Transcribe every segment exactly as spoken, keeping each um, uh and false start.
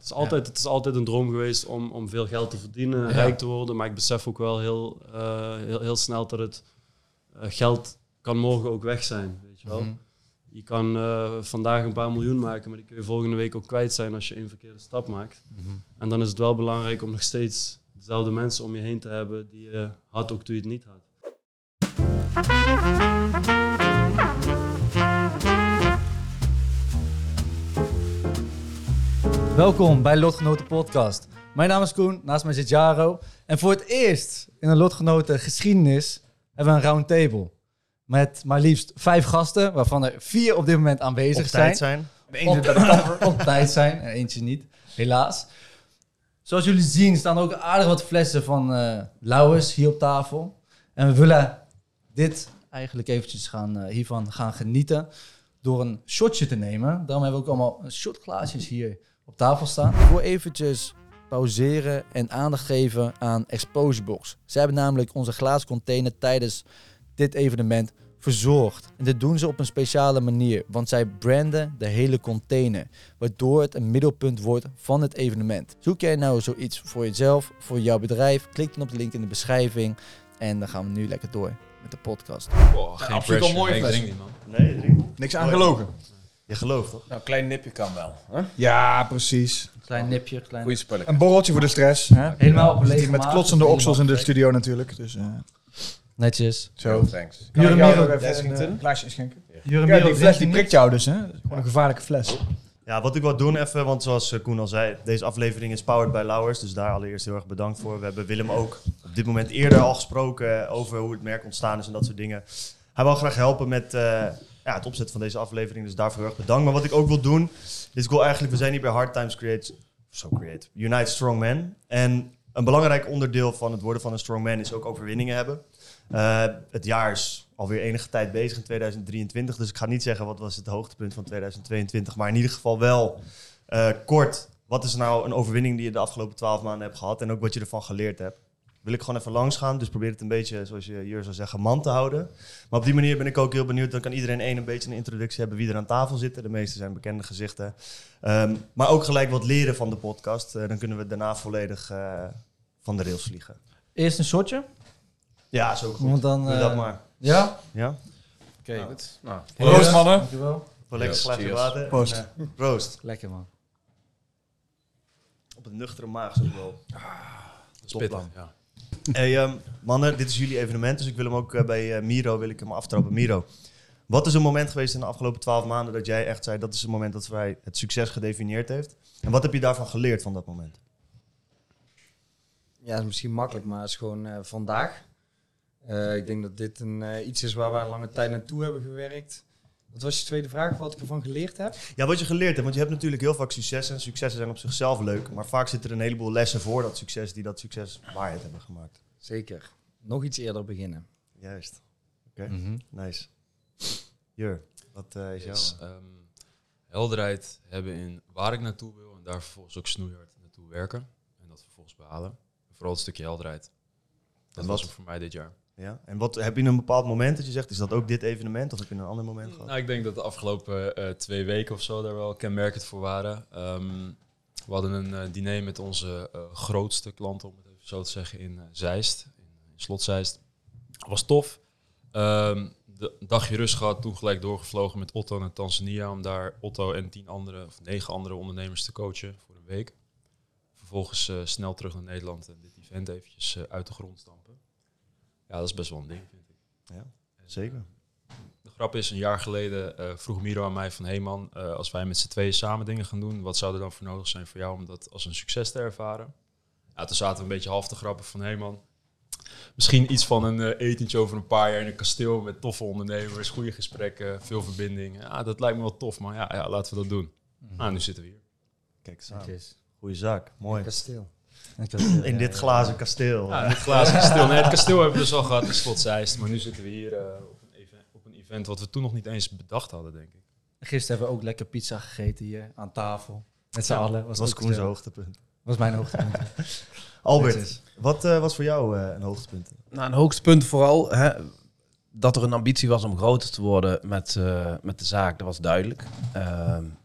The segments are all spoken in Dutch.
Het is altijd, ja. het is altijd een droom geweest om, om veel geld te verdienen, ja. rijk te worden. Maar ik besef ook wel heel, uh, heel, heel snel dat het uh, geld kan morgen ook weg zijn. Weet je wel? Mm-hmm. Je kan uh, vandaag een paar miljoen maken, maar die kun je volgende week ook kwijt zijn als je een verkeerde stap maakt. Mm-hmm. En dan is het wel belangrijk om nog steeds dezelfde mensen om je heen te hebben die je had ook toen je het niet had. Welkom bij Lotgenoten Podcast. Mijn naam is Koen, naast mij zit Jaro. En voor het eerst in een Lotgenoten geschiedenis hebben we een roundtable. Met maar liefst vijf gasten, waarvan er vier op dit moment aanwezig op zijn. Tijd zijn. En op, bij de op tijd zijn en eentje niet, helaas. Zoals jullie zien staan er ook aardig wat flessen van uh, Lauwers hier op tafel. En we willen dit eigenlijk eventjes gaan, uh, hiervan gaan genieten door een shotje te nemen. Daarom hebben we ook allemaal shotglaasjes hier op tafel staan. Ik wil eventjes pauzeren en aandacht geven aan Exposebox. Zij hebben namelijk onze glazen container tijdens dit evenement verzorgd. En dit doen ze op een speciale manier, want zij branden de hele container, waardoor het een middelpunt wordt van het evenement. Zoek jij nou zoiets voor jezelf, voor jouw bedrijf? Klik dan op de link in de beschrijving en dan gaan we nu lekker door met de podcast. Oh, geen ja, pressure. Mooi nee, drink niet, man. Nee, drink. Niks aan gelogen. Je gelooft toch? Nou, een klein nipje kan wel. Hè? Ja, precies. Klein nipje, klein... Goeie spullen. Een borreltje voor de stress. Hè? Helemaal op een lege met klotsende oksels in de studio natuurlijk. Dus, uh... netjes. Zo. Oh, thanks. Kan ik jou nog even Lexington? een glaasje schenken? Ja. Kijk, die fles die prikt jou dus, hè? Gewoon een gevaarlijke fles. Ja, wat ik wil doen even, want zoals Koen al zei, deze aflevering is powered by Lauwers. Dus daar allereerst heel erg bedankt voor. We hebben Willem ook op dit moment eerder al gesproken over hoe het merk ontstaan is en dat soort dingen. Hij wil graag helpen met uh, ja, het opzetten van deze aflevering, dus daarvoor heel erg bedankt. Maar wat ik ook wil doen, is ik wil eigenlijk, we zijn hier bij Hard Times Create, so create, Unite Strong Men. En een belangrijk onderdeel van het worden van een strong man is ook overwinningen hebben. Uh, het jaar is alweer enige tijd bezig in tweeduizend drieëntwintig, dus ik ga niet zeggen wat was het hoogtepunt van tweeduizend tweeëntwintig, maar in ieder geval wel uh, kort, wat is nou een overwinning die je de afgelopen twaalf maanden hebt gehad en ook wat je ervan geleerd hebt. Wil ik gewoon even langs gaan, dus probeer het een beetje, zoals je hier zou zeggen, man te houden. Maar op die manier ben ik ook heel benieuwd, dan kan iedereen één een beetje een introductie hebben wie er aan tafel zitten. De meeste zijn bekende gezichten. Um, maar ook gelijk wat leren van de podcast, uh, dan kunnen we daarna volledig uh, van de rails vliegen. Eerst een shotje? Ja, is ook goed. Want dan, uh, Doe dat maar. Ja? Ja? Oké, okay, nou. goed. Nou, proost, mannen. Dankjewel. Voor lekker glaasje water. Proost. En, uh, proost. Lekker, man. Op een nuchtere maag zo wel. Ah, spitten, ja. Hey, um, mannen, dit is jullie evenement, dus ik wil hem ook uh, bij uh, Miro wil ik hem aftrappen. Miro, wat is een moment geweest in de afgelopen twaalf maanden dat jij echt zei, dat is een moment dat voor mij het succes gedefinieerd heeft? En wat heb je daarvan geleerd van dat moment? Ja, dat is misschien makkelijk, maar het is gewoon uh, vandaag. Uh, ik denk dat dit een, uh, iets is waar we een lange tijd naartoe hebben gewerkt. Wat was je tweede vraag, wat ik ervan geleerd heb? Ja, wat je geleerd hebt, want je hebt natuurlijk heel vaak successen. En successen zijn op zichzelf leuk, maar vaak zitten er een heleboel lessen voor dat succes die dat succes waarheid hebben gemaakt. Zeker. Nog iets eerder beginnen. Juist. Oké, okay. Mm-hmm. Nice. Jur, wat uh, is yes, jouw... Um, helderheid hebben in waar ik naartoe wil en daar vervolgens ook snoeihard naartoe werken. En dat vervolgens behalen. Vooral het stukje helderheid. Dat was ook voor mij dit jaar. Ja, en wat heb je een bepaald moment dat je zegt, is dat ook dit evenement of heb je een ander moment gehad? Nou, ik denk dat de afgelopen uh, twee weken of zo daar wel kenmerkend voor waren. Um, we hadden een uh, diner met onze uh, grootste klanten, om het even zo te zeggen, in uh, Zeist, in, in Slot Zeist. Dat was tof. Um, de, een dagje rust gehad, toen gelijk doorgevlogen met Otto naar Tanzania om daar Otto en tien andere of negen andere ondernemers te coachen voor een week. Vervolgens uh, snel terug naar Nederland en dit event eventjes uh, uit de grond stampen. Ja, dat is best wel een ding, vind ik. Ja, zeker. De grap is, een jaar geleden uh, vroeg Miro aan mij van... hey man, uh, als wij met z'n tweeën samen dingen gaan doen... wat zou er dan voor nodig zijn voor jou om dat als een succes te ervaren? Ja, toen zaten we een beetje half te grappen van... hey man, misschien iets van een uh, etentje over een paar jaar in een kasteel... met toffe ondernemers, goede gesprekken, veel verbinding. Ja, dat lijkt me wel tof, man. Ja, ja, laten we dat doen. Mm-hmm. Nou, nu zitten we hier. Kijk eens aan. Goeie zaak, mooi. Een kasteel. In ja, dit glazen ja. kasteel. Ja, in dit glazen kasteel. Nee, het kasteel hebben we dus al gehad in Slot Zeist. Maar nu zitten we hier uh, op, een event, op een event wat we toen nog niet eens bedacht hadden, denk ik. Gisteren hebben we ook lekker pizza gegeten hier aan tafel. Met z'n ja, allen. Was, was Koen's hoogtepunt. Was mijn hoogtepunt. Albert, wat uh, was voor jou uh, een hoogtepunt? Nou, een hoogtepunt vooral hè, dat er een ambitie was om groter te worden met, uh, met de zaak. Dat was duidelijk. Uh,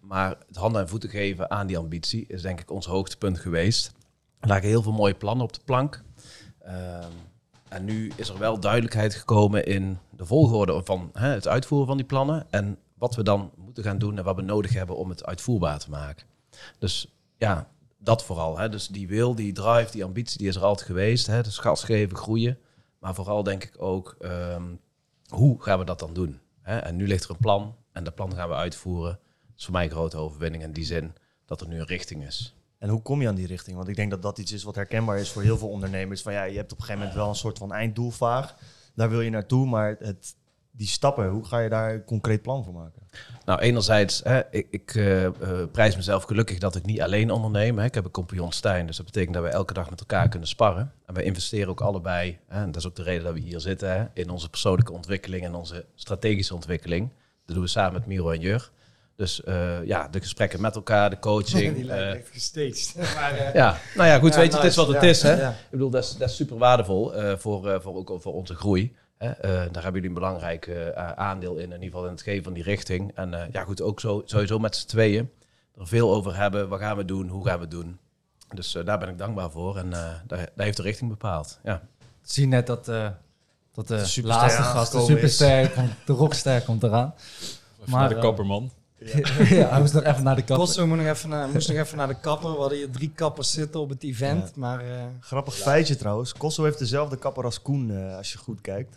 Maar het handen en voeten geven aan die ambitie is denk ik ons hoogtepunt geweest. Er lagen heel veel mooie plannen op de plank. Um, en nu is er wel duidelijkheid gekomen in de volgorde van hè, het uitvoeren van die plannen. En wat we dan moeten gaan doen en wat we nodig hebben om het uitvoerbaar te maken. Dus ja, dat vooral. Hè. Dus die wil, die drive, die ambitie, die is er altijd geweest. Hè. Dus gas geven, groeien. Maar vooral denk ik ook, um, hoe gaan we dat dan doen? Hè? En nu ligt er een plan en dat plan gaan we uitvoeren. Dat is voor mij een grote overwinning in die zin dat er nu een richting is. En hoe kom je aan die richting? Want ik denk dat dat iets is wat herkenbaar is voor heel veel ondernemers. Van ja, je hebt op een gegeven moment wel een soort van einddoelvaag. Daar wil je naartoe, maar het, die stappen, hoe ga je daar een concreet plan voor maken? Nou, enerzijds, hè, ik, ik uh, uh, prijs mezelf gelukkig dat ik niet alleen onderneem. Hè. Ik heb een compagnon Stijn, dus dat betekent dat we elke dag met elkaar kunnen sparren. En wij investeren ook allebei, hè, en dat is ook de reden dat we hier zitten, hè, in onze persoonlijke ontwikkeling en onze strategische ontwikkeling. Dat doen we samen met Miro en Jur. Dus uh, ja, de gesprekken met elkaar, de coaching. Die lijkt uh, echt gestaged. maar, uh, ja, nou ja, goed, ja, weet je, het is nice. wat het Ja, is. Hè. ja. Ik bedoel, dat is, dat is super waardevol uh, voor, uh, voor, ook voor onze groei. Hè. Uh, daar hebben jullie een belangrijk uh, aandeel in, in ieder geval in het geven van die richting. En uh, ja, goed, ook zo, sowieso met z'n tweeën er veel over hebben. Wat gaan we doen? Hoe gaan we het doen? Dus uh, daar ben ik dankbaar voor en uh, daar, daar heeft de richting bepaald. Ja. Ik zie net dat, uh, dat de, De superster laatste gast, de aangekomen superster, komt, de rockster komt eraan. Even Maar, naar de uh, kapperman. ja, hij moest nog even naar de kapper. Kosso moet nog even naar, moest nog even naar de kapper. We hadden hier drie kappers zitten op het event. Ja. Maar uh, Grappig feitje trouwens. Kosso heeft dezelfde kapper als Koen, uh, als je goed kijkt.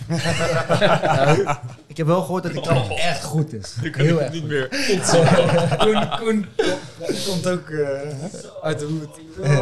Ja, ik heb wel gehoord dat die kapper echt goed is. Heel erg Niet goed. meer. Koen, Koen komt ook uh, uit de hoed.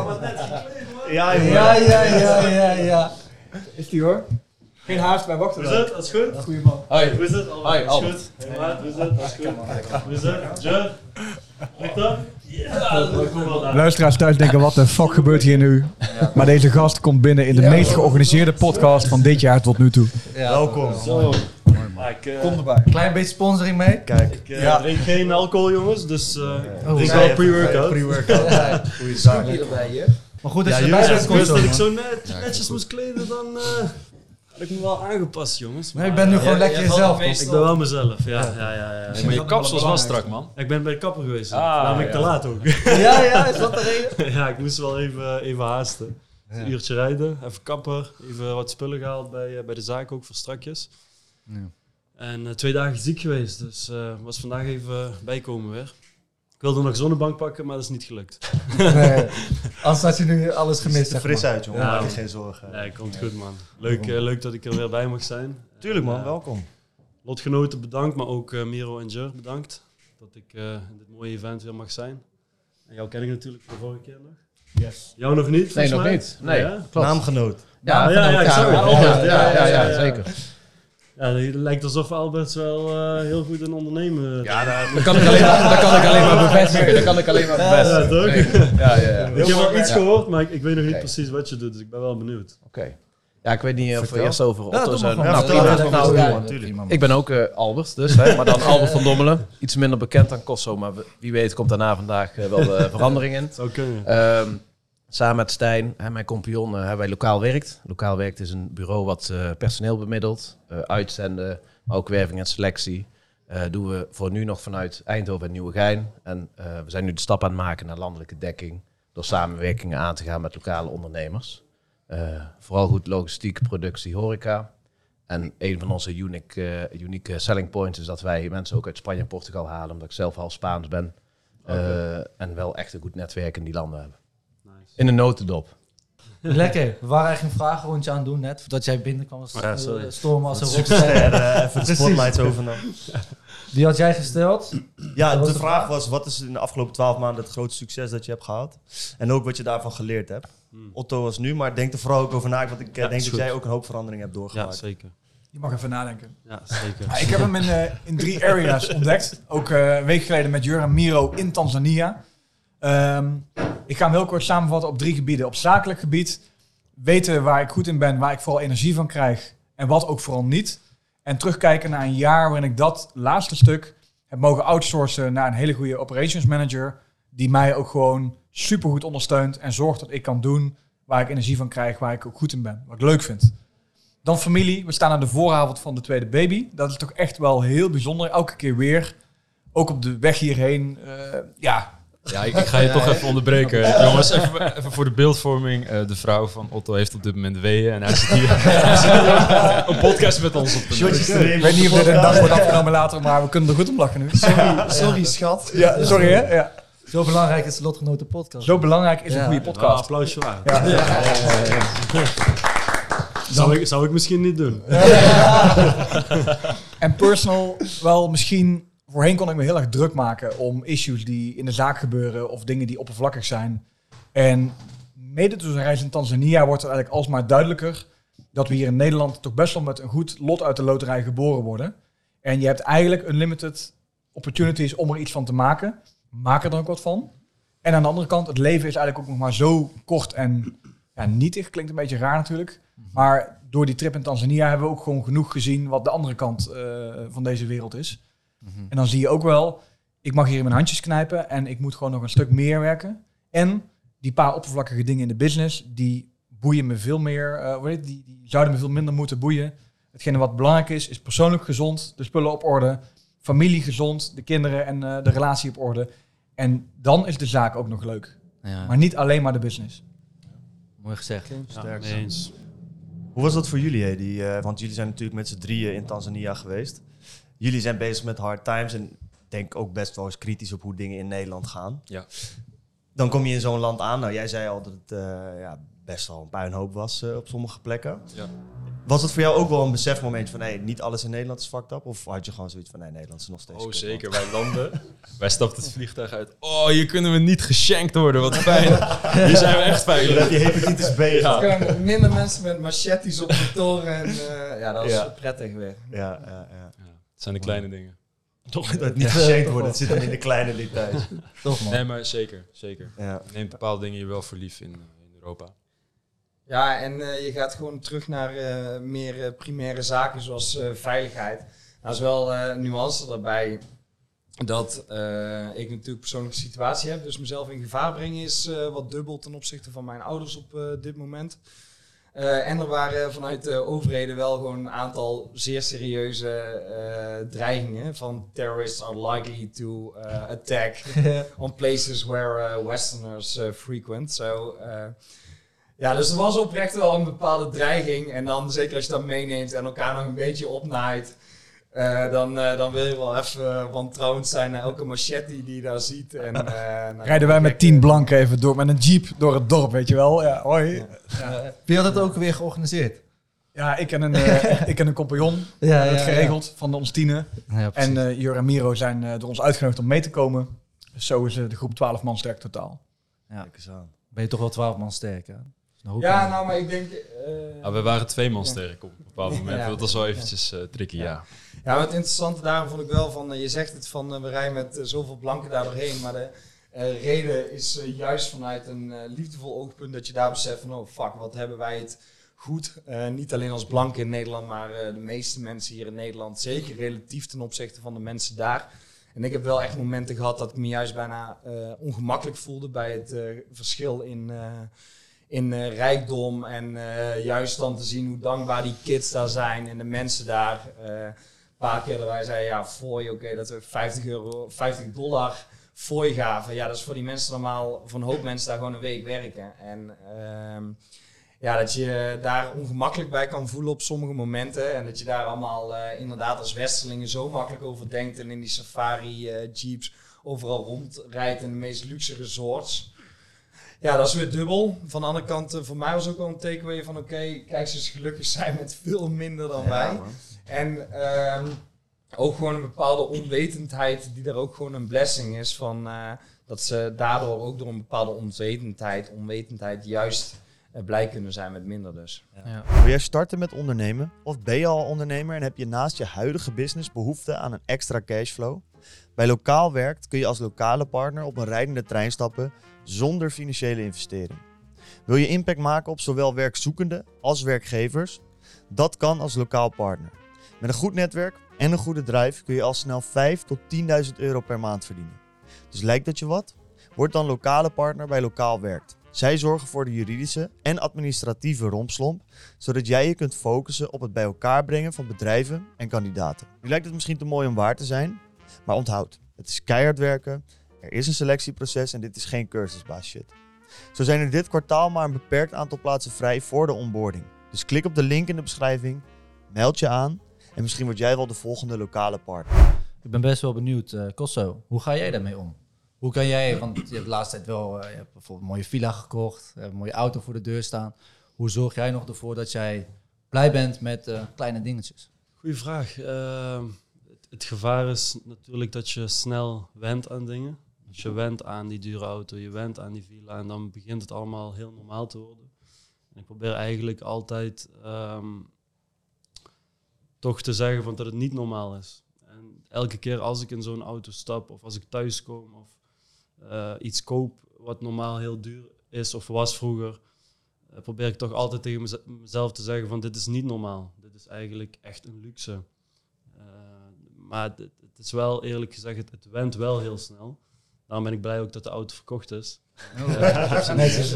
Ja, Ja, ja, ja, ja, ja. Is die hoor? Geen haast bij wachten. Hoe is het? Dat is goed? Goeie man. Hoi. Hoe is het? Hoi, Is Albert. goed? Hey, maat, hoe is het? Dat is goed. Hoe is het? Jer? Lukt dat? Ja, dat komt wel daar. Luisteraars thuis denken, wat de fuck gebeurt hier nu? Maar deze gast komt binnen in de meest georganiseerde podcast van dit jaar tot nu toe. Ja. Welkom. Zo. Ja, ik uh, Kom erbij. Klein beetje sponsoring mee. Kijk. ik, uh, Ja. drink geen alcohol, jongens, dus uh, ik Oh, drink zij wel even pre-workout. Pre-workout. Ja. Goeie zaak. Hierbij hier. Maar goed, als Ja, je jullie erbij zijn bent, Als komt ik wist zo. dat ik zo net, netjes moest kleden, dan uh, had ik me wel aangepast, jongens. Nee, ik ben nu gewoon lekker jij valt jezelf. het meest- Ik ben wel mezelf, ja. ja, ja, ja. Nee, maar je kapsel was wel strak, man. Ik ben bij de kapper geweest, Ah, daarom ben ik ja. te laat ook. Ja, ja, is dat de reden? Ja, ik moest wel even, even haasten. Dus een uurtje rijden, even kapper, even wat spullen gehaald bij, uh, bij de zaak ook voor strakjes. Ja. En uh, twee dagen ziek geweest, dus uh, was vandaag even bijkomen weer. Ik wilde nog zonnebank pakken, maar dat is niet gelukt. Nee, anders had je nu alles Het gemist. ziet er zeg fris maar. uit, jongen. Ja, Maak je man. geen zorgen. Nee, komt goed, man. Leuk, uh, leuk dat ik er weer bij mag zijn. Tuurlijk, man. En, uh, Welkom. Lotgenoten bedankt, maar ook uh, Miro en Jer bedankt. Dat ik uh, in dit mooie event weer mag zijn. En jou ken ik natuurlijk van de vorige keer nog. Yes. Jou nog niet, Nee, volgens nog mij? niet. Nee, Ja? klopt. Naamgenoot. Ja, ja, ja, ik zag het. ja, Albert, ja, ja, ja, ja. zeker. Ja, het lijkt alsof Albert wel uh, heel goed in ondernemen. Ja, daar dat kan ik alleen maar, dat kan ik alleen maar bevestigen. Dat kan ik alleen maar bevestigen. Ja, toch? Nee. Ja, ja, ja. Ik heb wel iets Ja. gehoord, maar ik, ik weet nog niet Oké. precies wat je doet, dus ik ben wel benieuwd. Oké. Ja, ik weet niet of we Vertel. eerst over Ja, Otto doe zijn. maar Ja, Nou, vertel prima. het Nou, gewoon. ja, Ja, natuurlijk. ik ben ook uh, Albert, dus, hè, maar dan Albert van Dommelen. Iets minder bekend dan Kosso, maar wie weet komt daarna vandaag uh, wel uh, verandering in. Zou kunnen. Ehm, samen met Stijn, hè, mijn compagnon, uh, hebben wij Lokaal Werkt. Lokaal Werkt is een bureau wat uh, personeel bemiddelt, uh, uitzenden, maar ook werving en selectie. Uh, doen we voor nu nog vanuit Eindhoven en Nieuwegein. En uh, we zijn nu de stap aan het maken naar landelijke dekking door samenwerkingen aan te gaan met lokale ondernemers. Uh, vooral goed logistiek, productie, horeca. En een van onze unique, uh, unique selling points is dat wij mensen ook uit Spanje en Portugal halen, omdat ik zelf half Spaans ben. Uh, Oké. En wel echt een goed netwerk in die landen hebben. Nice. In een notendop. Lekker. We waren eigenlijk een vragenrondje aan het doen net, voordat jij binnenkwam als Ja, sorry. uh, storm als een Super rockster. uh, even de Precies. spotlights overnam. Die had jij gesteld. Ja, Dat was de de vraag vraag. was, wat is in de afgelopen twaalf maanden het grootste succes dat je hebt gehad? En ook wat je daarvan geleerd hebt. Hmm. Otto was nu, maar denk er vooral ook over na, want ik uh, Ja, denk is dat goed. jij ook een hoop verandering hebt Ja, doorgemaakt. zeker. Je mag even nadenken. Ja, zeker. Ja, ik heb hem in, uh, in drie areas ontdekt. Ook uh, een week geleden met Jur en Miro in Tanzania. Um, ik ga hem heel kort samenvatten op drie gebieden. Op zakelijk gebied, weten waar ik goed in ben, waar ik vooral energie van krijg en wat ook vooral niet. En terugkijken naar een jaar waarin ik dat laatste stuk heb mogen outsourcen naar een hele goede operations manager, die mij ook gewoon supergoed ondersteunt en zorgt dat ik kan doen waar ik energie van krijg, waar ik ook goed in ben, wat ik leuk vind. Dan familie. We staan aan de vooravond van de tweede baby. Dat is toch echt wel heel bijzonder. Elke keer weer ook op de weg hierheen, uh, ja... Ja, ik, ik ga je Ja, toch hè? even onderbreken. Jongens, even, even voor de beeldvorming. Uh, de vrouw van Otto heeft op dit moment weeën. En hij zit hier, hij zit hier een podcast met ons op te Shotjes nemen. erin. Ik weet niet of dit een dag wordt afgenomen later, maar we kunnen er goed om lachen nu. Sorry, sorry schat. Ja, sorry hè. Ja. Zo belangrijk is de Lotgenoten podcast. Zo belangrijk is een Ja. goede Ja, podcast. applausje waar. Ja. Zou, ik, zou ik misschien niet doen. En personal, wel misschien... Voorheen kon ik me heel erg druk maken om issues die in de zaak gebeuren of dingen die oppervlakkig zijn. En mede door zijn reis in Tanzania wordt het eigenlijk alsmaar duidelijker dat we hier in Nederland toch best wel met een goed lot uit de loterij geboren worden. En je hebt eigenlijk unlimited opportunities om er iets van te maken. Maak er dan ook wat van. En aan de andere kant, het leven is eigenlijk ook nog maar zo kort en ja, nietig. Klinkt een beetje raar natuurlijk. Maar door die trip in Tanzania hebben we ook gewoon genoeg gezien wat de andere kant uh, van deze wereld is. Mm-hmm. En dan zie je ook wel, ik mag hier in mijn handjes knijpen en ik moet gewoon nog een stuk meer werken. En die paar oppervlakkige dingen in de business, die boeien me veel meer, uh, hoe heet het, die, die zouden me veel minder moeten boeien. Hetgene wat belangrijk is, is persoonlijk gezond, de spullen op orde, familie gezond, de kinderen en uh, de relatie op orde. En dan is de zaak ook nog leuk. Ja. Maar niet alleen maar de business. Mooi gezegd. Ja, Sterk. mee eens. Hoe was dat voor jullie, hè? Die, uh, want jullie zijn natuurlijk met z'n drieën in Tanzania geweest. Jullie zijn bezig met hard times en denk ook best wel eens kritisch op hoe dingen in Nederland gaan. Ja. Dan kom je in zo'n land aan. Nou, jij zei al dat het uh, ja, best wel een puinhoop was uh, op sommige plekken. Ja. Was het voor jou ook wel een besefmoment van, hey, niet alles in Nederland is fucked up? Of had je gewoon zoiets van, nee, Nederland is nog steeds Oh, kut, zeker. man? Wij landen. Wij stapten het vliegtuig uit. Oh, hier kunnen we niet geshankt worden. Wat fijn. Hier zijn we echt Je veilig. hebt die hepatitis B gehad. Er kwamen minder mensen met machetes op de toren. En, uh, ja, dat was Ja. prettig weer. Ja, ja, ja. Ja, het zijn de kleine dingen. Toch dat het niet geshankt wordt, het zit hem in de kleine details. Toch man. Nee, maar zeker. Zeker. Ja. Je neemt bepaalde dingen je wel voor lief in, in Europa. Ja, en uh, je gaat gewoon terug naar uh, meer uh, primaire zaken zoals uh, veiligheid. Nou is wel uh, nuance daarbij dat uh, ik natuurlijk persoonlijke situatie heb. Dus mezelf in gevaar brengen is uh, wat dubbel ten opzichte van mijn ouders op uh, dit moment. Uh, en er waren vanuit de overheden wel gewoon een aantal zeer serieuze uh, dreigingen van terrorists are likely to uh, attack on places where uh, Westerners uh, frequent. So, uh, ja, dus er was oprecht wel een bepaalde dreiging. En dan, zeker als je dat meeneemt en elkaar nog een beetje opnaait, uh, dan, uh, dan wil je wel even wantrouwend zijn naar elke machete die je daar ziet. En, uh, nou, Rijden wij met tien blanken even door met een jeep door het dorp, weet je wel. Ja, hoi. Ja. Ja. Wie had het ook weer georganiseerd? Ja, ik en een, uh, ik en een compagnon Ja, hebben het geregeld van ons tienen. Ja, En uh, Jur en Miro zijn uh, door ons uitgenodigd om mee te komen. Dus zo is uh, de groep twaalf man sterk totaal. Kijk eens aan. Ben je toch wel twaalf man sterk, hè? Nou, hoe Ja, kan- nou, maar ik denk... Uh, Ah, we waren twee man sterk op een bepaald moment. Ja. Dat was wel eventjes uh, tricky, ja. Ja. Ja, maar het interessante daarom vond ik wel van, uh, je zegt het van, uh, we rijden met uh, zoveel blanken daar doorheen, maar de uh, reden is uh, juist vanuit een uh, liefdevol oogpunt dat je daar beseft van, oh fuck, wat hebben wij het goed. Uh, niet alleen als blanken in Nederland, maar uh, de meeste mensen hier in Nederland, zeker relatief ten opzichte van de mensen daar. En ik heb wel echt momenten gehad dat ik me juist bijna uh, ongemakkelijk voelde bij het uh, verschil in... Uh, in uh, rijkdom en uh, juist dan te zien hoe dankbaar die kids daar zijn en de mensen daar. Uh, een paar keer dat wij zeiden, ja, fooi, oké, okay, dat we vijftig euro, vijftig dollar fooi gaven. Ja, dat is voor die mensen normaal, voor een hoop mensen daar gewoon een week werken. En uh, ja, dat je daar ongemakkelijk bij kan voelen op sommige momenten. En dat je daar allemaal uh, inderdaad als westerlingen zo makkelijk over denkt en in die safari uh, jeeps overal rondrijdt in de meest luxe resorts. Ja, dat is weer dubbel. Van de andere kant, uh, voor mij was ook wel een takeaway van... oké, okay, kijk, ze eens gelukkig zijn met veel minder dan Ja, wij. man. En uh, ook gewoon een bepaalde onwetendheid... die er ook gewoon een blessing is van... Uh, dat ze daardoor ook door een bepaalde onwetendheid... onwetendheid juist uh, blij kunnen zijn met minder dus. Ja. Ja. Wil jij starten met ondernemen? Of ben je al ondernemer en heb je naast je huidige business behoefte aan een extra cashflow? Bij Lokaal Werkt kun je als lokale partner op een rijdende trein stappen zonder financiële investering. Wil je impact maken op zowel werkzoekenden als werkgevers? Dat kan als lokaal partner. Met een goed netwerk en een goede drive kun je al snel vijf tot tienduizend euro per maand verdienen. Dus lijkt dat je wat? Word dan lokale partner bij Lokaal Werkt. Zij zorgen voor de juridische en administratieve rompslomp, zodat jij je kunt focussen op het bij elkaar brengen van bedrijven en kandidaten. Nu lijkt het misschien te mooi om waar te zijn, maar onthoud. Het is keihard werken, er is een selectieproces en dit is geen cursusbaas shit. Zo zijn er dit kwartaal maar een beperkt aantal plaatsen vrij voor de onboarding. Dus klik op de link in de beschrijving, meld je aan en misschien word jij wel de volgende lokale partner. Ik ben best wel benieuwd, uh, Kosso, hoe ga jij daarmee om? Hoe kan jij, want je hebt de laatste tijd wel, uh, je hebt bijvoorbeeld een mooie villa gekocht, je hebt een mooie auto voor de deur staan. Hoe zorg jij nog ervoor dat jij blij bent met uh, kleine dingetjes? Goeie vraag. Uh, het, het gevaar is natuurlijk dat je snel went aan dingen. Dus je went aan die dure auto, je went aan die villa en dan begint het allemaal heel normaal te worden. En ik probeer eigenlijk altijd um, toch te zeggen van dat het niet normaal is. En elke keer als ik in zo'n auto stap of als ik thuis kom of uh, iets koop wat normaal heel duur is of was vroeger, uh, probeer ik toch altijd tegen mez- mezelf te zeggen van dit is niet normaal. Dit is eigenlijk echt een luxe. Uh, maar het, het is wel eerlijk gezegd, het, het went wel heel snel. Daarom ben ik blij ook dat de auto verkocht is. Netjes.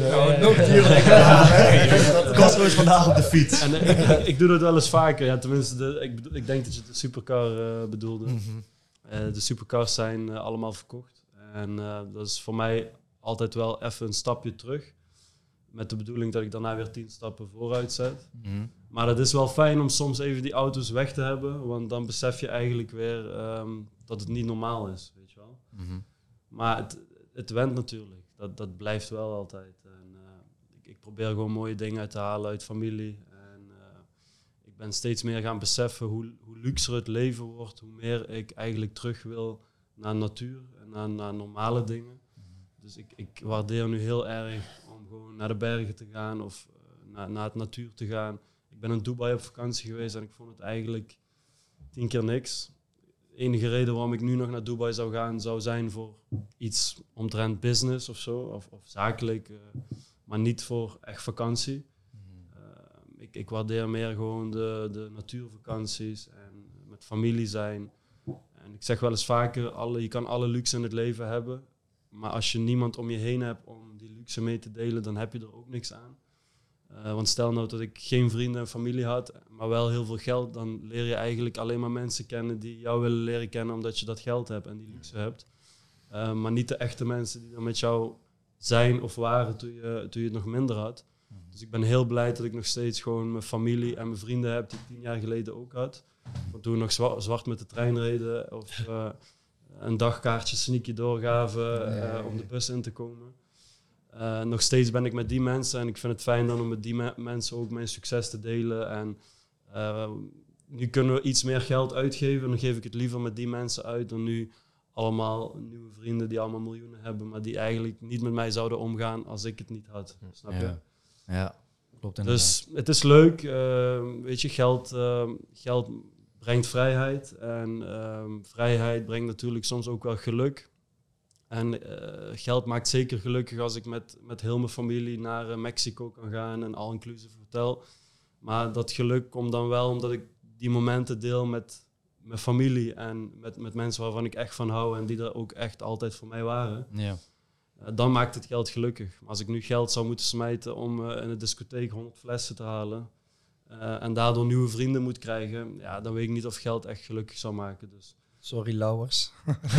Kosso is vandaag op de fiets. En uh, ik, ik doe dat wel eens vaker. Ja, tenminste, de, ik, bedoel, ik denk dat je de supercar uh, bedoelde. Mm-hmm. Uh, de supercars zijn uh, allemaal verkocht. En uh, dat is voor mij altijd wel even een stapje terug. Met de bedoeling dat ik daarna weer tien stappen vooruit zet. Mm-hmm. Maar het is wel fijn om soms even die auto's weg te hebben. Want dan besef je eigenlijk weer um, dat het niet normaal is. Weet je wel. Mm-hmm. Maar het, het went natuurlijk. Dat, dat blijft wel altijd. En, uh, ik, ik probeer gewoon mooie dingen uit te halen uit familie. En uh, ik ben steeds meer gaan beseffen hoe, hoe luxer het leven wordt. Hoe meer ik eigenlijk terug wil naar natuur en naar, naar normale dingen. Dus ik, ik waardeer nu heel erg om gewoon naar de bergen te gaan of uh, naar, naar het natuur te gaan. Ik ben in Dubai op vakantie geweest en ik vond het eigenlijk tien keer niks. De enige reden waarom ik nu nog naar Dubai zou gaan, zou zijn voor iets omtrent business of zo, of, of zakelijk, uh, maar niet voor echt vakantie. Uh, ik, ik waardeer meer gewoon de, de natuurvakanties en met familie zijn. En ik zeg wel eens vaker, alle, je kan alle luxe in het leven hebben, maar als je niemand om je heen hebt om die luxe mee te delen, dan heb je er ook niks aan. Uh, want stel nou dat ik geen vrienden en familie had, maar wel heel veel geld, dan leer je eigenlijk alleen maar mensen kennen die jou willen leren kennen omdat je dat geld hebt en die luxe hebt. Uh, maar niet de echte mensen die er met jou zijn of waren toen je, toen je het nog minder had. Dus ik ben heel blij dat ik nog steeds gewoon mijn familie en mijn vrienden heb die ik tien jaar geleden ook had. Want toen we nog zwa- zwart met de trein reden of uh, een dagkaartje sneaky doorgaven uh, om de bus in te komen. Uh, nog steeds ben ik met die mensen en ik vind het fijn dan om met die me- mensen ook mijn succes te delen. En uh, nu kunnen we iets meer geld uitgeven. Dan geef ik het liever met die mensen uit dan nu allemaal nieuwe vrienden die allemaal miljoenen hebben, maar die eigenlijk niet met mij zouden omgaan als ik het niet had. Snap je? Ja, ja klopt inderdaad. Dus het is leuk. Uh, weet je, geld, uh, geld brengt vrijheid. En uh, vrijheid brengt natuurlijk soms ook wel geluk. En uh, geld maakt zeker gelukkig als ik met, met heel mijn familie naar uh, Mexico kan gaan en all-inclusive hotel. Maar dat geluk komt dan wel omdat ik die momenten deel met mijn familie en met, met mensen waarvan ik echt van hou en die er ook echt altijd voor mij waren. Ja. Uh, dan maakt het geld gelukkig. Maar als ik nu geld zou moeten smijten om uh, in de discotheek honderd flessen te halen uh, en daardoor nieuwe vrienden moet krijgen, ja, dan weet ik niet of geld echt gelukkig zou maken. Dus. Sorry, Lauwers.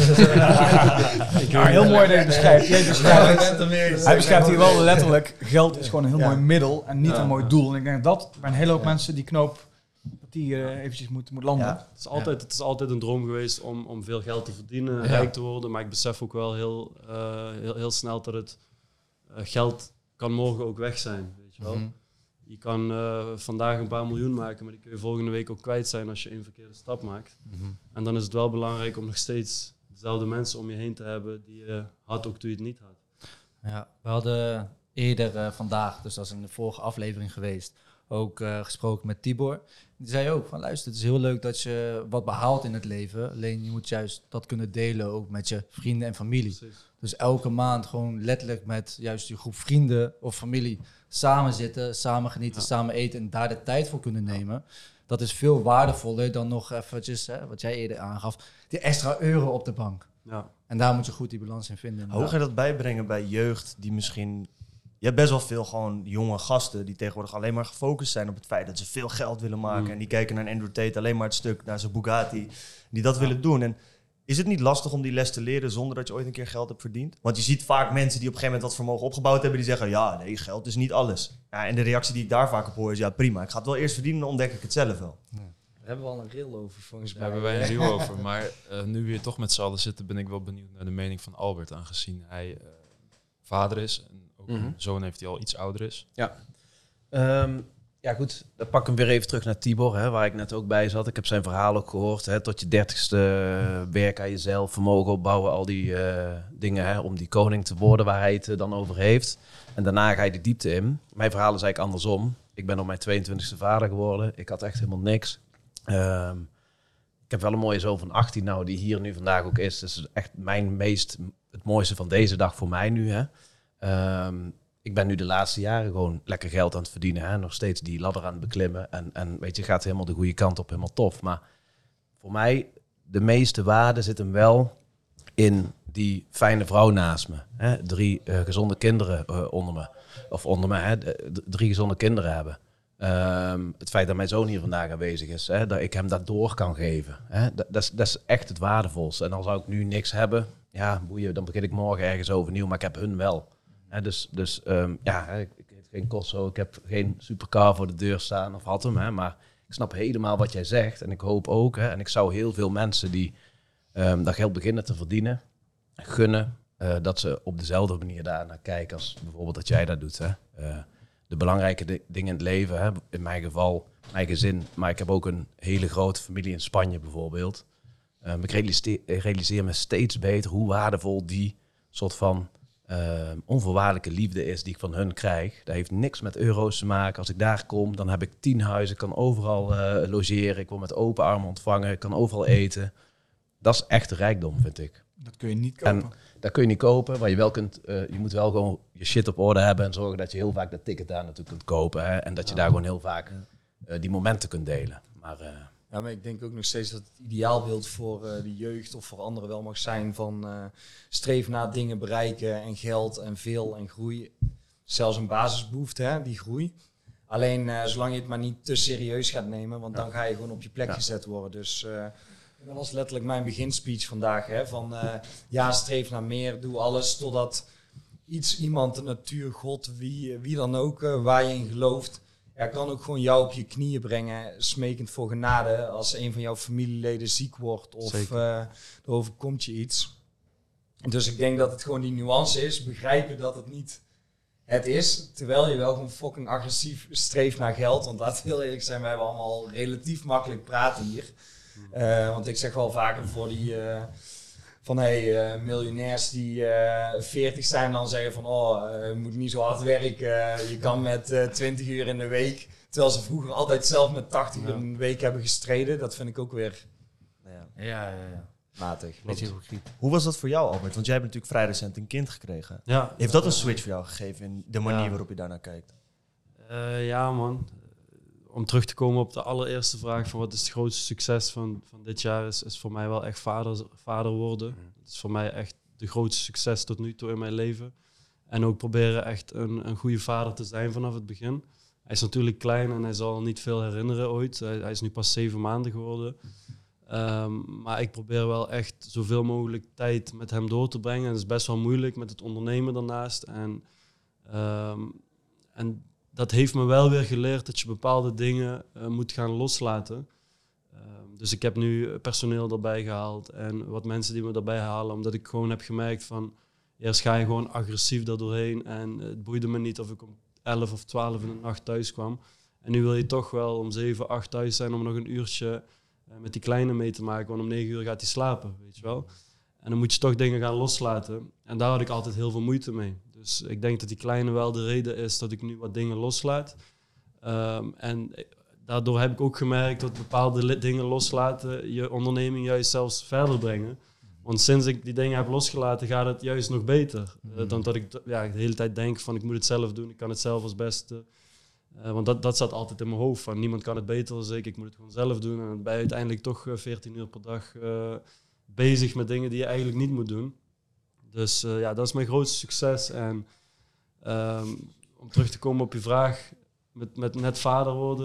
Ja, heel mooi dat je beschrijft. Jij beschrijft hij beschrijft hier wel letterlijk, geld is gewoon een heel Ja. mooi middel en niet Ja. een mooi doel. En ik denk dat bij een hele hoop mensen die knoop, dat die uh, eventjes moet, moet landen. Ja. Het is altijd, het is altijd een droom geweest om, om veel geld te verdienen, Ja. rijk te worden. Maar ik besef ook wel heel, uh, heel, heel snel dat het uh, geld kan morgen ook weg zijn. Weet je wel? Mm-hmm. Je kan uh, vandaag een paar miljoen maken, maar die kun je volgende week ook kwijt zijn als je een verkeerde stap maakt. Mm-hmm. En dan is het wel belangrijk om nog steeds dezelfde mensen om je heen te hebben die je had ook toen je het niet had. Ja, we hadden eerder uh, vandaag, dus dat is in de vorige aflevering geweest, ook uh, gesproken met Tibor. Die zei ook van luister, het is heel leuk dat je wat behaalt in het leven. Alleen je moet juist dat kunnen delen ook met je vrienden en familie. Precies. Dus elke maand gewoon letterlijk met juist je groep vrienden of familie samen zitten, samen genieten, Ja. samen eten en daar de tijd voor kunnen nemen. Dat is veel waardevoller dan nog eventjes, hè, wat jij eerder aangaf, die extra euro op de bank. Ja. En daar moet je goed die balans in vinden. Hoe ga je dat bijbrengen bij jeugd die misschien... Je hebt best wel veel gewoon jonge gasten die tegenwoordig alleen maar gefocust zijn op het feit dat ze veel geld willen maken. Mm. En die kijken naar Andrew Tate alleen maar het stuk, naar zijn Bugatti, die dat willen doen. En Is het niet lastig om die les te leren zonder dat je ooit een keer geld hebt verdiend? Want je ziet vaak mensen die op een gegeven moment wat vermogen opgebouwd hebben, die zeggen, ja, nee, geld is niet alles. Ja, en de reactie die ik daar vaak op hoor is, ja, prima, ik ga het wel eerst verdienen, dan ontdek ik het zelf wel. Daar hebben we al een reel over, volgens Daar mij. hebben wij een reel over. Maar uh, nu we hier toch met z'n allen zitten, ben ik wel benieuwd naar de mening van Albert, aangezien hij uh, vader is en ook mm-hmm. een zoon heeft die al iets ouder is. Ja. Um, ja goed, dan pak ik hem weer even terug naar Tibor, hè, waar ik net ook bij zat. Ik heb zijn verhaal ook gehoord. Hè, tot je dertigste uh, werk aan jezelf, vermogen opbouwen, al die uh, dingen hè, om die koning te worden waar hij het uh, dan over heeft. En daarna ga je de diepte in. Mijn verhaal is eigenlijk andersom. Ik ben op mijn tweeëntwintigste vader geworden. Ik had echt helemaal niks. Um, ik heb wel een mooie zoon van achttien nou, die hier nu vandaag ook is. Dat is echt mijn meest, het mooiste van deze dag voor mij nu. Hè. Um, ik ben nu de laatste jaren gewoon lekker geld aan het verdienen. Hè. Nog steeds die ladder aan het beklimmen. En, en weet je, gaat helemaal de goede kant op. Helemaal tof. Maar voor mij, de meeste waarde zit hem wel in die fijne vrouw naast me. Hè. Drie uh, gezonde kinderen uh, onder me. Of onder me, hè. D- drie gezonde kinderen hebben. Um, het feit dat mijn zoon hier vandaag aanwezig is, hè, dat ik hem dat door kan geven. Hè, dat, dat, is, dat is echt het waardevolste. En dan zou ik nu niks hebben, ja, boeien, dan begin ik morgen ergens overnieuw, maar ik heb hun wel. Hè, dus dus um, ja, ik, ik heb geen Corso, ik heb geen supercar voor de deur staan, of had hem, hè, maar ik snap helemaal wat jij zegt. En ik hoop ook, hè, en ik zou heel veel mensen die um, dat geld beginnen te verdienen, gunnen uh, dat ze op dezelfde manier daar naar kijken als bijvoorbeeld dat jij dat doet, hè. Uh, De belangrijke di- dingen in het leven, hè? In mijn geval, mijn gezin, maar ik heb ook een hele grote familie in Spanje bijvoorbeeld. Um, ik realiseer, realiseer me steeds beter hoe waardevol die soort van uh, onvoorwaardelijke liefde is die ik van hun krijg. Dat heeft niks met euro's te maken. Als ik daar kom, dan heb ik tien huizen, ik kan overal uh, logeren, ik word met open armen ontvangen, ik kan overal eten. Dat is echt rijkdom, vind ik. Dat kun je niet kopen. En dat kun je niet kopen, maar je, wel kunt, uh, je moet wel gewoon je shit op orde hebben en zorgen dat je heel vaak dat ticket daar natuurlijk kunt kopen. Hè, en dat je ja. daar gewoon heel vaak uh, die momenten kunt delen. Maar, uh, ja, maar ik denk ook nog steeds dat het ideaalbeeld voor uh, de jeugd of voor anderen wel mag zijn van uh, streef naar dingen bereiken en geld en veel en groei. Zelfs een basisbehoefte, hè, die groei. Alleen uh, zolang je het maar niet te serieus gaat nemen, want ja. dan ga je gewoon op je plek ja. gezet worden. Dus uh, dat was letterlijk mijn beginspeech vandaag. Hè, van uh, ja, streef naar meer, doe alles totdat iets, iemand, de natuur, God, wie, wie dan ook, uh, waar je in gelooft, ja, kan ook gewoon jou op je knieën brengen, smekend voor genade als een van jouw familieleden ziek wordt of uh, er overkomt je iets. Dus ik denk dat het gewoon die nuance is, begrijpen dat het niet het is, terwijl je wel gewoon fucking agressief streeft naar geld. Want laten we heel eerlijk zijn, we hebben allemaal relatief makkelijk praten hier. Uh, want ik zeg wel vaker voor die uh, van hey, uh, miljonairs die uh, veertig zijn dan zeggen van oh, uh, je moet niet zo hard werken. Je kan met uh, twintig uur in de week. Terwijl ze vroeger altijd zelf met tachtig ja. uur in de week hebben gestreden. Dat vind ik ook weer ja, ja, ja. ja. matig. Hoe was dat voor jou, Albert? Want jij hebt natuurlijk vrij recent een kind gekregen. Ja. Heeft dat een switch voor jou gegeven in de manier ja. waarop je daarnaar kijkt? Uh, ja, man. Om terug te komen op de allereerste vraag van wat is het grootste succes van, van dit jaar, is, is voor mij wel echt vader, vader worden. Dat is voor mij echt de grootste succes tot nu toe in mijn leven. En ook proberen echt een, een goede vader te zijn vanaf het begin. Hij is natuurlijk klein en hij zal niet veel herinneren ooit. Hij, hij is nu pas zeven maanden geworden. Um, maar ik probeer wel echt zoveel mogelijk tijd met hem door te brengen. En dat is best wel moeilijk met het ondernemen daarnaast. En, um, en dat heeft me wel weer geleerd dat je bepaalde dingen uh, moet gaan loslaten. Uh, dus ik heb nu personeel erbij gehaald en wat mensen die me erbij halen, omdat ik gewoon heb gemerkt van, eerst ga je gewoon agressief daar doorheen en het boeide me niet of ik om elf of twaalf in de nacht thuis kwam. En nu wil je toch wel om zeven, acht thuis zijn om nog een uurtje uh, met die kleine mee te maken, want om negen uur gaat hij slapen, weet je wel. En dan moet je toch dingen gaan loslaten. En daar had ik altijd heel veel moeite mee. Dus ik denk dat die kleine wel de reden is dat ik nu wat dingen loslaat. Um, en daardoor heb ik ook gemerkt dat bepaalde li- dingen loslaten je onderneming juist zelfs verder brengen. Want sinds ik die dingen heb losgelaten gaat het juist nog beter. Mm-hmm. Uh, dan dat ik ja, de hele tijd denk van ik moet het zelf doen, ik kan het zelf als beste. Uh, want dat, dat zat altijd in mijn hoofd van niemand kan het beter dan ik, ik moet het gewoon zelf doen. En dan ben je uiteindelijk toch uh, veertien uur per dag uh, bezig met dingen die je eigenlijk niet moet doen. Dus uh, ja, dat is mijn grootste succes. En um, om terug te komen op je vraag, met, met net vader worden.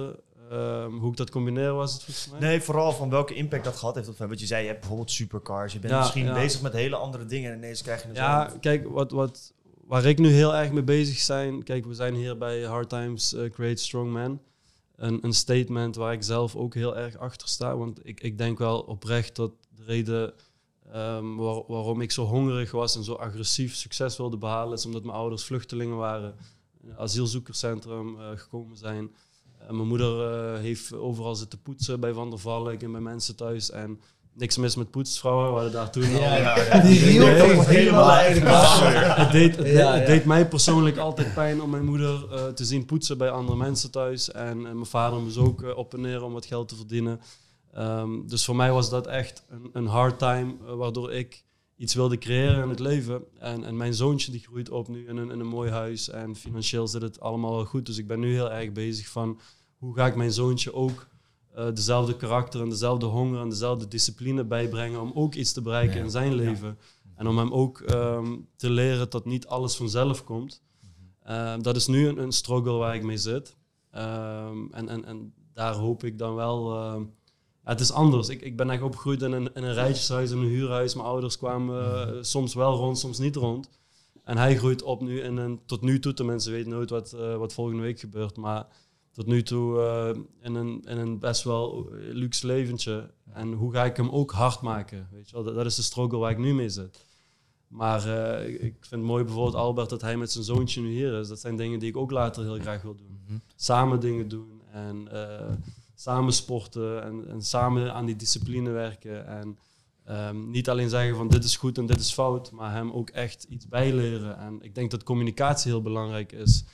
uh, hoe ik dat combineer was het volgens mij. Nee, vooral van welke impact dat gehad heeft op hem. Want je zei, je hebt bijvoorbeeld supercars. Je bent Ja, misschien ja. bezig met hele andere dingen en ineens krijg je het Ja, zelf. kijk, wat, wat, waar ik nu heel erg mee bezig zijn. Kijk, we zijn hier bij Hard Times uh, Create Strong Men. Een, een statement waar ik zelf ook heel erg achter sta. Want ik, ik denk wel oprecht dat de reden um, waar, waarom ik zo hongerig was en zo agressief succes wilde behalen, is omdat mijn ouders vluchtelingen waren. In een asielzoekerscentrum uh, gekomen zijn. Uh, mijn moeder uh, heeft overal zitten poetsen bij Van der Valk en bij mensen thuis. En niks mis met poetsvrouwen, we hadden daar toen al... Ja, ja, ja. Die Nee, riel toch helemaal helemaal. Het deed, het, Ja, deed, ja. het deed mij persoonlijk altijd pijn om mijn moeder uh, te zien poetsen bij andere mensen thuis. En, en mijn vader moest ook uh, op en neer om wat geld te verdienen. Um, dus voor mij was dat echt een, een hard time, uh, waardoor ik iets wilde creëren in het leven. En, en mijn zoontje die groeit op nu in een, in een mooi huis en financieel zit het allemaal wel goed. Dus ik ben nu heel erg bezig van hoe ga ik mijn zoontje ook uh, dezelfde karakter en dezelfde honger en dezelfde discipline bijbrengen om ook iets te bereiken Ja. in zijn leven. En om hem ook um, te leren dat niet alles vanzelf komt. Uh, dat is nu een, een struggle waar ik mee zit. Um, en, en, en daar hoop ik dan wel... Uh, ja, het is anders. Ik, ik ben echt opgegroeid in een, in een rijtjeshuis, in een huurhuis. Mijn ouders kwamen uh, soms wel rond, soms niet rond. En hij groeit op nu in een... Tot nu toe, tenminste, weet nooit wat, uh, wat volgende week gebeurt. Maar tot nu toe uh, in, een, in een best wel luxe leventje. En hoe ga ik hem ook hard maken? Weet je wel? Dat, dat is de struggle waar ik nu mee zit. Maar uh, ik vind het mooi bijvoorbeeld Albert dat hij met zijn zoontje nu hier is. Dat zijn dingen die ik ook later heel graag wil doen. Mhm. Samen dingen doen en uh, samen sporten en, en samen aan die discipline werken. En um, niet alleen zeggen van dit is goed en dit is fout, maar hem ook echt iets bijleren. En ik denk dat communicatie heel belangrijk is.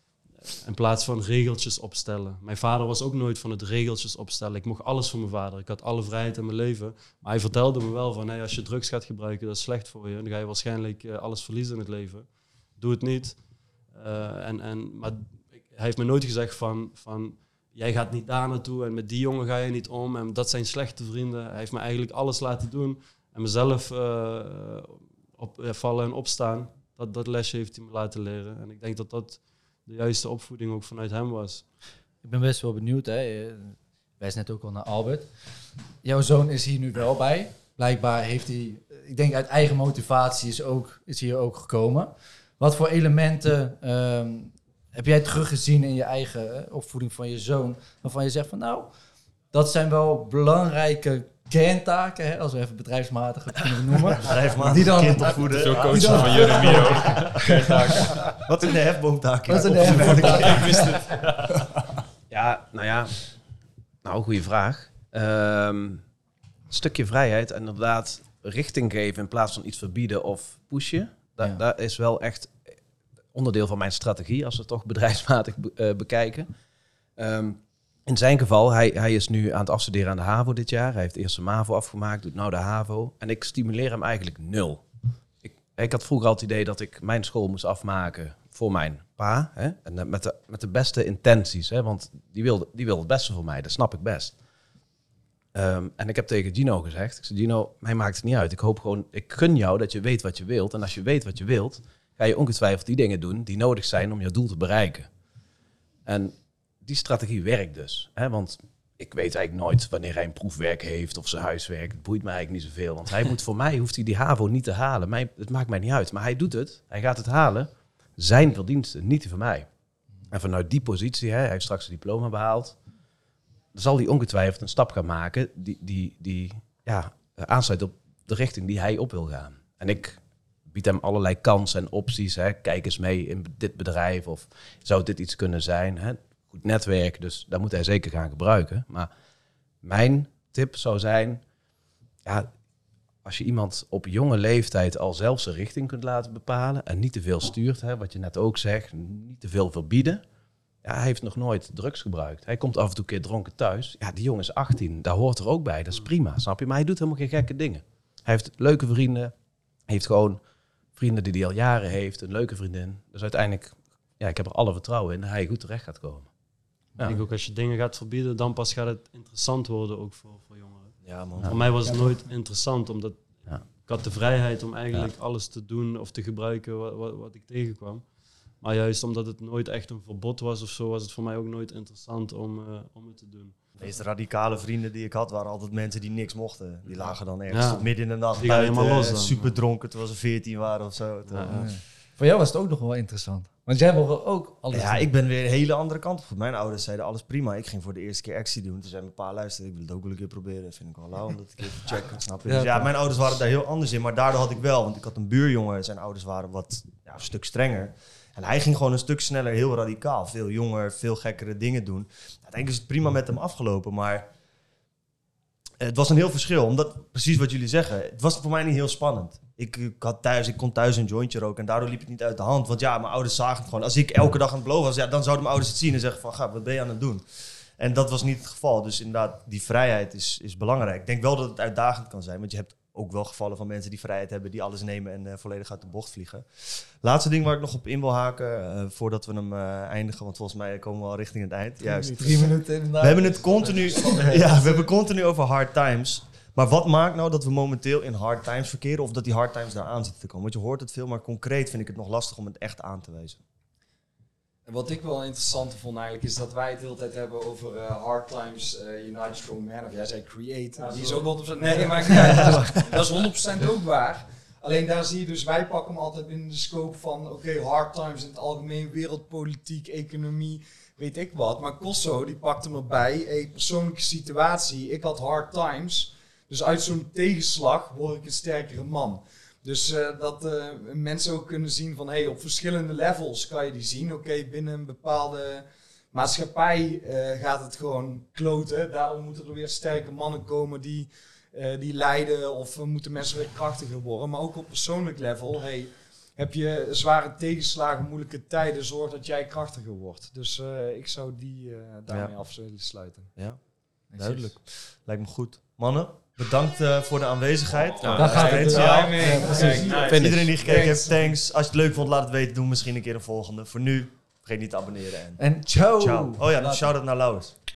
In plaats van regeltjes opstellen. Mijn vader was ook nooit van het regeltjes opstellen. Ik mocht alles van mijn vader. Ik had alle vrijheid in mijn leven. Maar hij vertelde me wel van, hey, als je drugs gaat gebruiken, dat is slecht voor je. Dan ga je waarschijnlijk uh, alles verliezen in het leven. Doe het niet. Uh, en, en, maar hij heeft me nooit gezegd van, van, jij gaat niet daar naartoe en met die jongen ga je niet om. En dat zijn slechte vrienden. Hij heeft me eigenlijk alles laten doen. En mezelf uh, op, uh, vallen en opstaan. Dat, dat lesje heeft hij me laten leren. En ik denk dat dat de juiste opvoeding ook vanuit hem was. Ik ben best wel benieuwd. Hè. Wijs net ook al naar Albert. Jouw zoon is hier nu wel bij. Blijkbaar heeft hij, ik denk uit eigen motivatie is, ook, is hier ook gekomen. Wat voor elementen um, heb jij teruggezien in je eigen uh, opvoeding van je zoon, waarvan je zegt van nou, dat zijn wel belangrijke kerntaken, hè, als we even bedrijfsmatig het kunnen noemen. Bedrijfsmatig Die dan- kind opvoeden. Veel Ja, coachen die dan- van Jeremio. Wat in de hefboomtaak? Wat in de Opvoeden voor hefboomtaak? kind. Ik wist het. Ja, nou ja. Nou, goede vraag. Um, een stukje vrijheid en inderdaad richting geven in plaats van iets verbieden of pushen. Dat, Ja. dat is wel echt onderdeel van mijn strategie als we het toch bedrijfsmatig be- uh, bekijken. Um, in zijn geval, hij, hij is nu aan het afstuderen aan de HAVO dit jaar. Hij heeft eerst de MAVO afgemaakt, doet nou de HAVO. En ik stimuleer hem eigenlijk nul. Ik, ik had vroeger al het idee dat ik mijn school moest afmaken voor mijn pa. Hè? En met de, met de beste intenties. Hè? Want die wil, die wil het beste voor mij, dat snap ik best. Um, en ik heb tegen Gino gezegd, ik zei, Gino, mij maakt het niet uit. Ik hoop gewoon, ik gun jou dat je weet wat je wilt. En als je weet wat je wilt, ga je ongetwijfeld die dingen doen die nodig zijn om je doel te bereiken. En die strategie werkt dus. Hè? Want ik weet eigenlijk nooit wanneer hij een proefwerk heeft of zijn huiswerk. Het boeit mij eigenlijk niet zoveel. Want hij moet voor mij, hoeft hij die HAVO niet te halen. Mij, het maakt mij niet uit. Maar hij doet het. Hij gaat het halen. Zijn verdiensten, niet die van mij. En vanuit die positie, hè, hij heeft straks een diploma behaald. Dan zal hij ongetwijfeld een stap gaan maken die, die, die ja, aansluit op de richting die hij op wil gaan. En ik bied hem allerlei kansen en opties. Hè. Kijk eens mee in dit bedrijf of zou dit iets kunnen zijn. Hè. Goed netwerk, dus dat moet hij zeker gaan gebruiken. Maar mijn tip zou zijn, ja, als je iemand op jonge leeftijd al zelf zijn richting kunt laten bepalen en niet te veel stuurt, hè, wat je net ook zegt, niet te veel verbieden. Ja, hij heeft nog nooit drugs gebruikt. Hij komt af en toe een keer dronken thuis. Ja, die jongen is achttien, daar hoort er ook bij. Dat is prima, snap je? Maar hij doet helemaal geen gekke dingen. Hij heeft leuke vrienden. Hij heeft gewoon vrienden die hij al jaren heeft. Een leuke vriendin. Dus uiteindelijk, ja, ik heb er alle vertrouwen in dat hij goed terecht gaat komen. Ik denk ook als je dingen gaat verbieden, dan pas gaat het interessant worden ook voor, voor jongeren. Ja, man. Ja. Voor mij was het nooit interessant, omdat Ja. ik had de vrijheid om eigenlijk alles te doen of te gebruiken wat, wat, wat ik tegenkwam. Maar juist omdat het nooit echt een verbod was of zo, was het voor mij ook nooit interessant om, uh, om het te doen. De meest radicale vrienden die ik had, waren altijd mensen die niks mochten. Die lagen dan ergens Ja. tot midden in de nacht Die gaan buiten, helemaal los dan. super dronken, terwijl ze veertien waren of zo. Ja, ja. Ja. Voor jou was het ook nog wel interessant. Want jij wil ook alles Ja, doen. ik ben weer een hele andere kant op. Mijn ouders zeiden alles prima. Ik ging voor de eerste keer actie doen. Toen zei mijn pa, luister, ik wil het ook wel een keer proberen. Vind ik wel lauw om dat een keer te checken. Snap je? Ja, Dus ja, toch. mijn ouders waren daar heel anders in. Maar daardoor had ik wel, want ik had een buurjongen. Zijn ouders waren wat ja, een stuk strenger. En hij ging gewoon een stuk sneller, heel radicaal. Veel jonger, veel gekkere dingen doen. Uiteindelijk is het prima met hem afgelopen. Maar het was een heel verschil. Omdat, precies wat jullie zeggen, het was voor mij niet heel spannend. Ik, ik, had thuis, ik kon thuis een jointje roken en daardoor liep het niet uit de hand. Want ja, mijn ouders zagen het gewoon. Als ik elke dag aan het blowen was, ja, dan zouden mijn ouders het zien en zeggen van, ga, wat ben je aan het doen? En dat was niet het geval. Dus inderdaad, die vrijheid is, is belangrijk. Ik denk wel dat het uitdagend kan zijn, want je hebt ook wel gevallen van mensen die vrijheid hebben, die alles nemen en uh, volledig uit de bocht vliegen. Laatste ding waar ik nog op in wil haken, uh, voordat we hem uh, eindigen, want volgens mij komen we al richting het eind. Juist. Drie minuten inderdaad. We hebben het continu, ja, we hebben continu over hard times. Maar wat maakt nou dat we momenteel in hard times verkeren of dat die hard times daar aan zitten te komen? Want je hoort het veel, maar concreet vind ik het nog lastig om het echt aan te wijzen. En wat ik wel interessant vond eigenlijk is dat wij het de hele tijd hebben over uh, hard times, uh, United Strong Man, of jij zei create. Ja, die is ook honderd procent, nee, maar ja, dat, is, dat is honderd procent ook waar. Alleen daar zie je dus, wij pakken hem altijd binnen de scope van, oké, okay, hard times in het algemeen, wereldpolitiek, economie, weet ik wat. Maar Kosso, die pakt hem erbij, hey, persoonlijke situatie, ik had hard times, dus uit zo'n tegenslag word ik een sterkere man. Dus uh, dat uh, mensen ook kunnen zien van, hey, op verschillende levels kan je die zien. Oké, okay, binnen een bepaalde maatschappij uh, gaat het gewoon kloten. Daarom moeten er weer sterke mannen komen die, uh, die leiden of uh, moeten mensen weer krachtiger worden. Maar ook op persoonlijk level, hey, heb je zware tegenslagen, moeilijke tijden, zorg dat jij krachtiger wordt. Dus uh, ik zou die uh, daarmee ja. af willen sluiten. Ja, duidelijk. Lijkt me goed. Mannen, bedankt uh, voor de aanwezigheid. Ja, daar gaat het. Ja, ja, ja, precies. Nice. Iedereen die gekeken heeft, thanks. Als je het leuk vond, laat het weten. Doen we misschien een keer een volgende. Voor nu, vergeet niet te abonneren. En, en ciao. ciao. Oh ja, nog shout-out naar Lauwers.